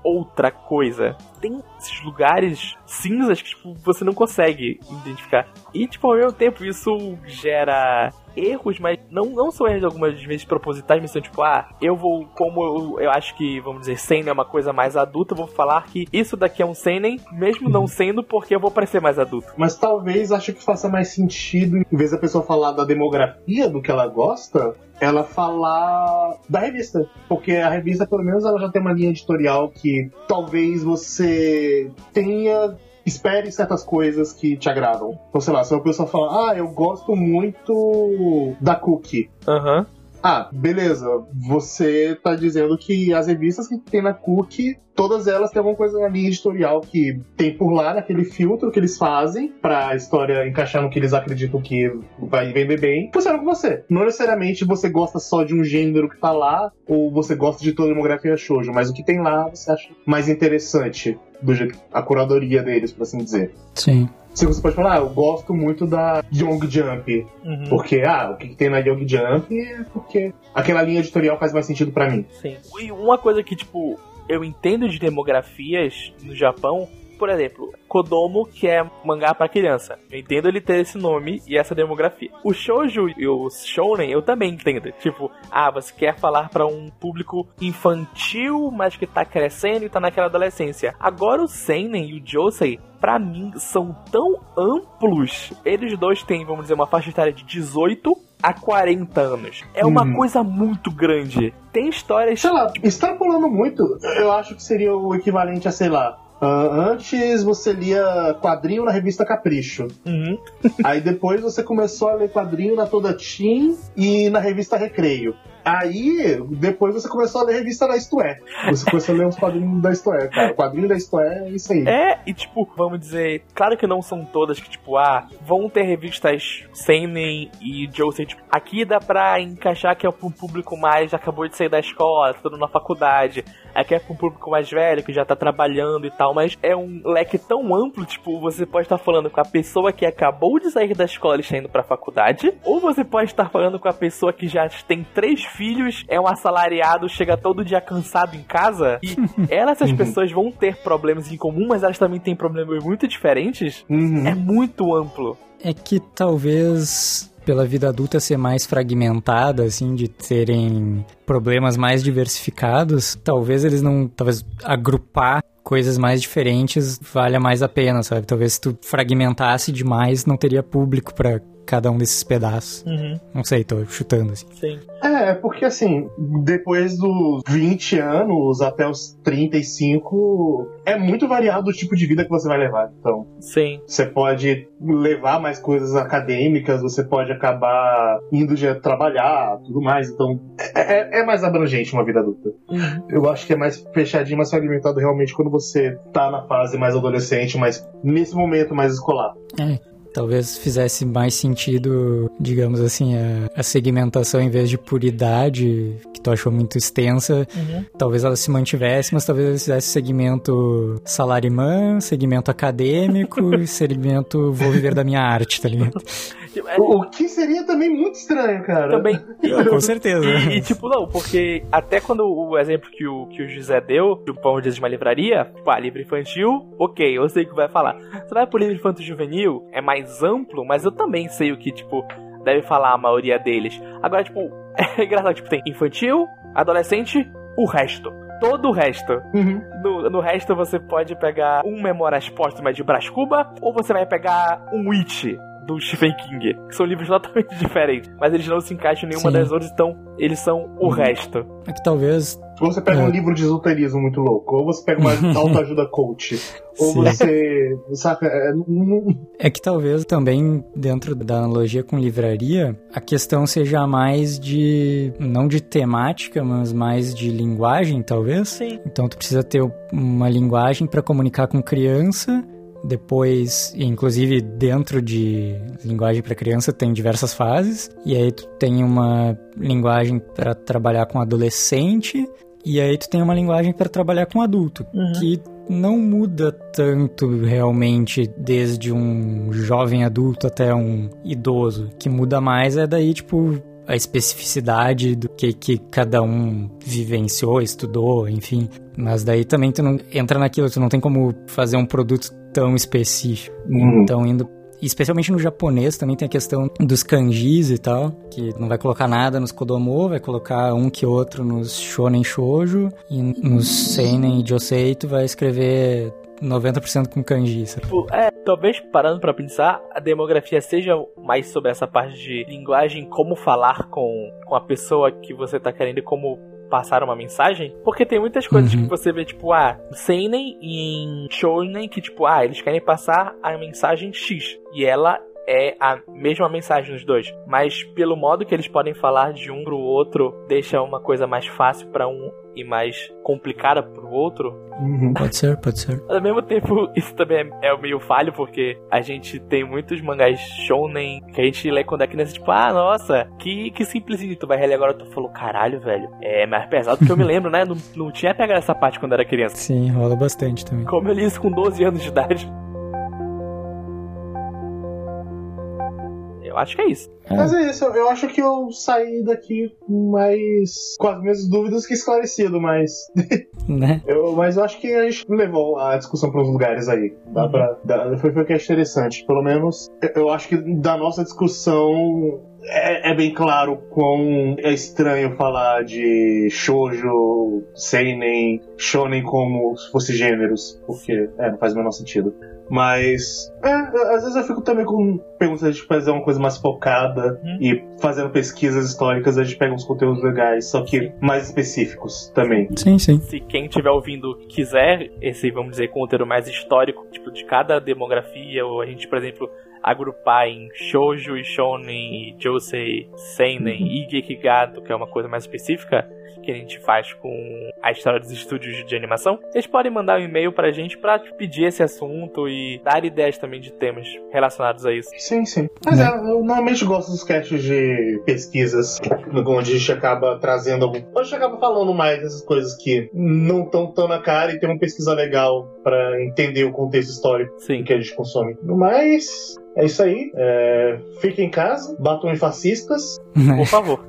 outra coisa. Tem esses lugares cinzas que, tipo, você não consegue identificar. E, tipo, ao mesmo tempo, isso gera erros, mas não, não são erros algumas vezes propositais, mas são tipo, ah, eu vou, como eu, eu acho que, vamos dizer, seinen é uma coisa mais adulta, eu vou falar que isso daqui é um seinen, mesmo não sendo, porque eu vou parecer mais adulto. Mas talvez acho que faça mais sentido, em vez da pessoa falar da demografia do que ela gosta, ela falar da revista. Porque a revista, pelo menos, ela já tem uma linha editorial que talvez você tenha... espere certas coisas que te agradam. Então, sei lá, se uma pessoa fala, ah, eu gosto muito da Cookie. Aham. Uhum. Ah, beleza. Você tá dizendo que as revistas que tem na Cookie, todas elas têm alguma coisa na linha editorial que tem por lá, naquele filtro que eles fazem pra história encaixar no que eles acreditam que vai vender bem, funciona com você. Não necessariamente você gosta só de um gênero que tá lá, ou você gosta de toda a demografia shoujo, mas o que tem lá você acha mais interessante do jeito, a curadoria deles, por assim dizer. Sim. Se você pode falar, ah, eu gosto muito da Young Jump. Uhum. Porque, ah, o que, que tem na Young Jump é porque aquela linha editorial faz mais sentido pra mim. Sim. E uma coisa que, tipo, eu entendo de demografias no Japão, por exemplo, Kodomo, que é mangá pra criança. Eu entendo ele ter esse nome e essa demografia. O shoujo e o shounen eu também entendo. Tipo, ah, você quer falar pra um público infantil, mas que tá crescendo e tá naquela adolescência. Agora o seinen e o josei, pra mim, são tão amplos. Eles dois têm, vamos dizer, uma faixa etária de dezoito a quarenta anos. É uma hum. coisa muito grande. Tem histórias... Sei lá, extrapolando muito, eu acho que seria o equivalente a, sei lá, Uh, antes você lia quadrinho na revista Capricho. Uhum. Aí depois você começou a ler quadrinho na Toda Teen e na revista Recreio. Aí, depois você começou a ler revista da Isto É. Você começou a ler uns quadrinhos da Isto É, cara. O quadrinho da Isto É é isso aí. É, e tipo, vamos dizer, claro que não são todas que, tipo, ah, vão ter revistas seinen e josei, tipo, aqui dá pra encaixar que é pra um público mais, acabou de sair da escola, tá todo na faculdade. Aqui é pra um público mais velho, que já tá trabalhando e tal, mas é um leque tão amplo, tipo, você pode estar falando com a pessoa que acabou de sair da escola e está indo pra faculdade, ou você pode estar falando com a pessoa que já tem três filhos, é um assalariado, chega todo dia cansado em casa, e elas, essas uhum. pessoas vão ter problemas em comum, mas elas também têm problemas muito diferentes. Uhum. É muito amplo. É que talvez pela vida adulta ser mais fragmentada, assim, de terem problemas mais diversificados, talvez eles não, talvez agrupar coisas mais diferentes valha mais a pena, sabe? Talvez se tu fragmentasse demais, não teria público pra cada um desses pedaços. Uhum. Não sei, tô chutando, assim. Sim. É, porque assim, depois dos vinte anos até os trinta e cinco, é muito variado o tipo de vida que você vai levar. Então, sim. Você pode levar mais coisas acadêmicas, você pode acabar indo já trabalhar, tudo mais. Então, é, é mais abrangente uma vida adulta. Uhum. Eu acho que é mais fechadinho, mais fragmentado realmente quando você tá na fase mais adolescente, mas nesse momento mais escolar. É. Talvez fizesse mais sentido, digamos assim, a, a segmentação em vez de por idade, que tu achou muito extensa, uhum. talvez ela se mantivesse, mas talvez ela fizesse segmento salarimã, segmento acadêmico e segmento vou viver da minha arte, tá ligado? O, o que seria também muito estranho, cara. Também. Com certeza. E, e tipo, não, porque até quando o exemplo que o, que o José deu, do pão de uma livraria, tipo, ah, livro infantil, ok, eu sei o que vai falar. Você vai pro livro infantil juvenil, é mais amplo, mas eu também sei o que, tipo, deve falar a maioria deles. Agora, tipo, é engraçado, tipo, tem infantil, adolescente, o resto. Todo o resto. Uhum. No, no resto você pode pegar um Memórias Póstumas de Brás Cuba, ou você vai pegar um Witch do Stephen King, que são livros totalmente diferentes, mas eles não se encaixam em nenhuma Sim. das outras, então eles são o uhum. resto. É que talvez... Ou você pega é. um livro de esoterismo muito louco, ou você pega uma autoajuda coach, ou Sim. você... Sabe, é... é que talvez também, dentro da analogia com livraria, a questão seja mais de... não de temática, mas mais de linguagem, talvez. Sim. Então tu precisa ter uma linguagem para comunicar com criança. Depois, inclusive dentro de linguagem para criança tem diversas fases, e aí tu tem uma linguagem para trabalhar com adolescente, e aí tu tem uma linguagem para trabalhar com adulto, uhum. que não muda tanto realmente desde um jovem adulto até um idoso. O que muda mais é daí, tipo, a especificidade do que, que cada um vivenciou, estudou, enfim. Mas daí também tu não entra naquilo, tu não tem como fazer um produto tão específico. Uhum. Então, indo... Especialmente no japonês também tem a questão dos kanjis e tal, que não vai colocar nada nos kodomo, vai colocar um que outro nos shonen shoujo, e nos seinen e josei tu vai escrever noventa por cento com kanji. Sabe? É, talvez parando pra pensar, a demografia seja mais sobre essa parte de linguagem, como falar com, com a pessoa que você tá querendo e como passar uma mensagem, porque tem muitas coisas uhum. que você vê, tipo, ah, seinen e em shounen que, tipo, ah, eles querem passar a mensagem X, e ela é a mesma mensagem nos dois, mas pelo modo que eles podem falar de um pro outro, deixa uma coisa mais fácil pra um e mais complicada pro outro. Uhum. Pode ser, pode ser. Ao mesmo tempo, isso também é meio falho, porque a gente tem muitos mangás shounen que a gente lê quando é criança, tipo, ah, nossa, que, que simplesinho. Tu vai reler agora, tu falou, caralho, velho, é mais pesado do que eu me lembro, né? Não, não tinha pegado essa parte quando era criança. Sim, rola bastante também. Como eu li isso com doze anos de idade. Eu acho que é isso. É. Mas é isso, eu acho que eu saí daqui mais com as mesmas dúvidas que esclarecido, mas. Né? eu, mas eu acho que a gente levou a discussão para uns lugares aí. Dá uhum. pra, dá, foi o que é interessante. Pelo menos, eu acho que da nossa discussão. É, é bem claro quão é estranho falar de shoujo, seinen, shonen como se fosse gêneros, porque é, não faz o menor sentido. Mas, é, às vezes eu fico também com perguntas de fazer uma coisa mais focada hum. e fazendo pesquisas históricas a gente pega uns conteúdos legais, só que mais específicos também. Sim, sim. Se quem estiver ouvindo quiser esse, vamos dizer, conteúdo mais histórico, tipo, de cada demografia, ou a gente, por exemplo, agrupar em shoujo e shonen e josei, seinen e gekigato, que é uma coisa mais específica que a gente faz com a história dos estúdios de animação, vocês podem mandar um e-mail pra gente pra pedir esse assunto e dar ideias também de temas relacionados a isso. Sim, sim. Mas é, eu normalmente gosto dos casts de pesquisas, onde a gente acaba trazendo algum... Onde a gente acaba falando mais dessas coisas que não estão tão na cara e tem uma pesquisa legal pra entender o contexto histórico sim. que a gente consome. Mas... é isso aí. É... Fiquem em casa, batam em fascistas. Por favor.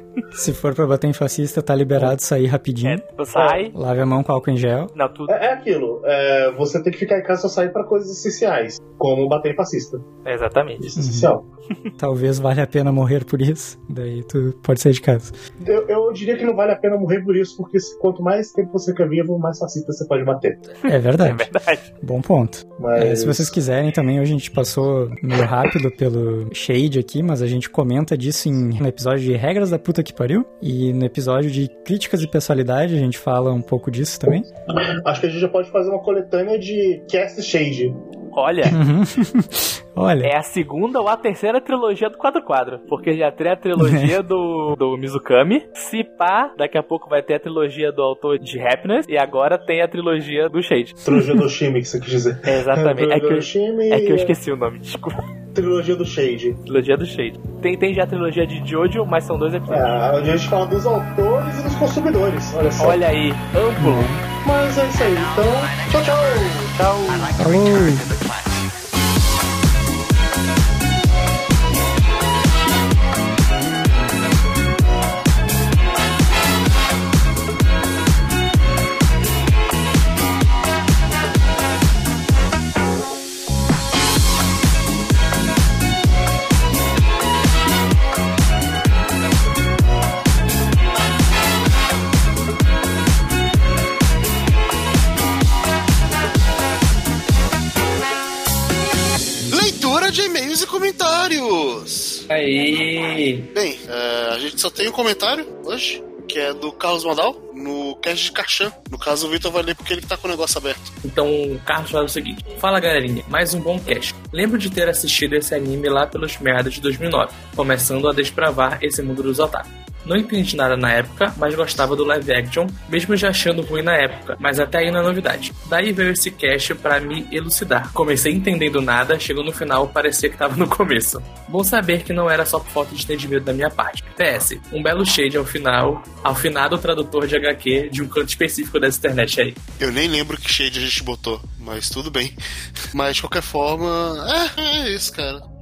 Se for pra bater em fascista, tá liberado sair rapidinho. É, sai. Lave a mão com álcool em gel. Não, tudo. É, é aquilo. É, você tem que ficar em casa só sair pra coisas essenciais, como bater em fascista. É exatamente. Isso é essencial. Talvez valha a pena morrer por isso. Daí tu pode sair de casa. Eu, eu diria que não vale a pena morrer por isso, porque quanto mais tempo você fica vivo, mais fascista você pode bater. É verdade. É verdade. Bom ponto. Mas... É, se vocês quiserem também, hoje a gente passou meio rápido pelo Shade aqui, mas a gente comenta disso em, no episódio de Regras da Puta que Pariu. E no episódio de Críticas e Pessoalidade a gente fala um pouco disso também. Acho que a gente já pode fazer uma coletânea de Cast Shade. Olha, uhum. Olha, é a segunda ou a terceira trilogia do Quadro Quadro. Porque já tem a trilogia do, do Mizukami. Se pá, daqui a pouco vai ter a trilogia do autor de Happiness. E agora tem a trilogia do Shade. Trilogia do Shime, que você quis dizer. É, exatamente. É que, eu, Shime... é que eu esqueci o nome, desculpa. Trilogia do Shade. Trilogia do Shade. Tem, tem já a trilogia de Jojo, mas são dois episódios. É, onde a gente fala dos autores e dos consumidores. Olha só. Olha aí, amplo. Mas é isso aí. Então, tchau, tchau. Tchau. falou. De e-mails e comentários. Aí. Bem, é, a gente só tem um comentário hoje, que é do Carlos Madal, no cast de Karchan. No caso, o Victor vai ler porque ele tá com o negócio aberto. Então, o Carlos fala o seguinte: fala galerinha, mais um bom cast. Lembro de ter assistido esse anime lá pelos meados de dois mil e nove, começando a desbravar esse mundo dos otaku. Não entendi nada na época, mas gostava do live action, mesmo já achando ruim na época, mas até aí na novidade. Daí veio esse cast pra me elucidar. Comecei entendendo nada, chegou no final, parecia que tava no começo. Bom saber que não era só por falta de entendimento da minha parte. P S, um belo shade ao final, ao finado tradutor de H Q de um canto específico dessa internet aí. Eu nem lembro que shade a gente botou, mas tudo bem. Mas de qualquer forma, é, é isso, cara.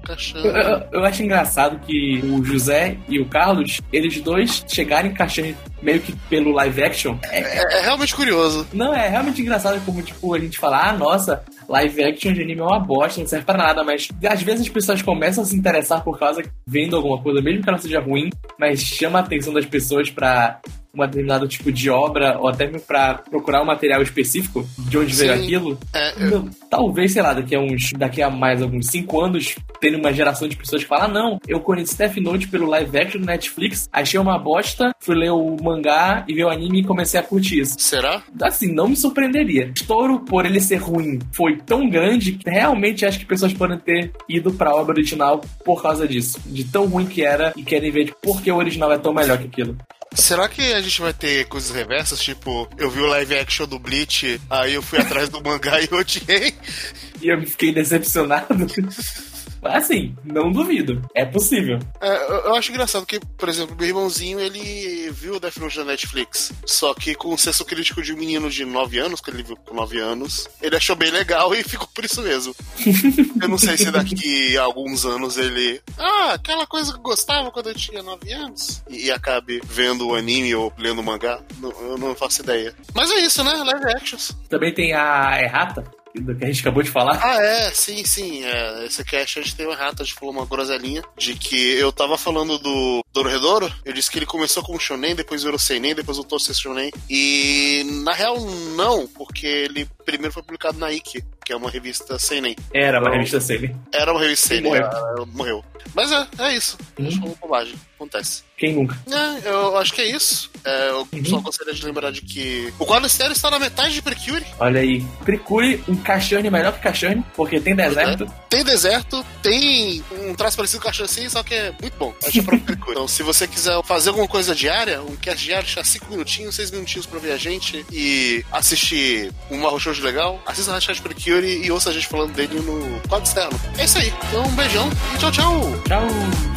Caixão. Eu, eu, eu acho engraçado que o José e o Carlos, eles dois chegaram em Caixão meio que pelo live action. É, é, é realmente curioso. Não, é realmente engraçado como, tipo, a gente fala, ah, nossa, live action de anime é uma bosta, não serve pra nada, mas às vezes as pessoas começam a se interessar por causa vendo alguma coisa, mesmo que ela seja ruim, mas chama a atenção das pessoas pra um determinado tipo de obra, ou até mesmo pra procurar um material específico de onde Sim. veio aquilo. É, eu... Talvez, sei lá, daqui a uns daqui a mais alguns cinco anos, tendo uma geração de pessoas que falam, ah, não, eu conheci Death Note pelo live action do Netflix, achei uma bosta, fui ler o mangá e ver o anime e comecei a curtir isso. Será? Assim, não me surpreenderia. O estouro por ele ser ruim foi tão grande que realmente acho que pessoas podem ter ido pra obra original por causa disso. De tão ruim que era e querem ver por que o original é tão melhor que aquilo. Será que a gente vai ter coisas reversas? Tipo, eu vi o live action do Bleach, aí eu fui atrás do mangá e odiei. E eu fiquei decepcionado. Assim, não duvido. É possível. É, eu acho engraçado que, por exemplo, meu irmãozinho, ele viu o Death Note na Netflix. Só que com o senso crítico de um menino de nove anos, que ele viu com nove anos, ele achou bem legal e ficou por isso mesmo. Eu não sei se daqui a alguns anos ele... Ah, aquela coisa que eu gostava quando eu tinha nove anos. E, e acabe vendo o anime ou lendo o mangá. Não, eu não faço ideia. Mas é isso, né? Live actions. Também tem a Errata, do que a gente acabou de falar. Ah, é, sim, sim. É, esse cast a gente tem uma errata, a gente falou uma groselinha de que eu tava falando do Dororedoro, eu disse que ele começou como shonen, depois virou seinen, depois voltou a ser shonen. E na real não, porque ele primeiro foi publicado na Ikki, que é uma revista seinen. Era uma revista seinen. Era uma revista seinen, morreu. Ela morreu. Mas é, é isso. Hum. Acho uma bobagem. Acontece. Quem nunca? É, eu acho que é isso. É, eu Uhum. só gostaria de lembrar de que o quadro estéreo está na metade de Precure. Olha aí. Precure um Cachane melhor que Cachane, porque tem deserto. Tem deserto, tem um traço parecido com a Chassi, só que é muito bom. Acho pra Precure. Então, se você quiser fazer alguma coisa diária, um cast diário, deixar cinco minutinhos, seis minutinhos pra ver a gente e assistir um Marro Show de legal, assista a hashtag Precure e ouça a gente falando dele no quadro externo. É isso aí. Então, um beijão e tchau, tchau. Tchau.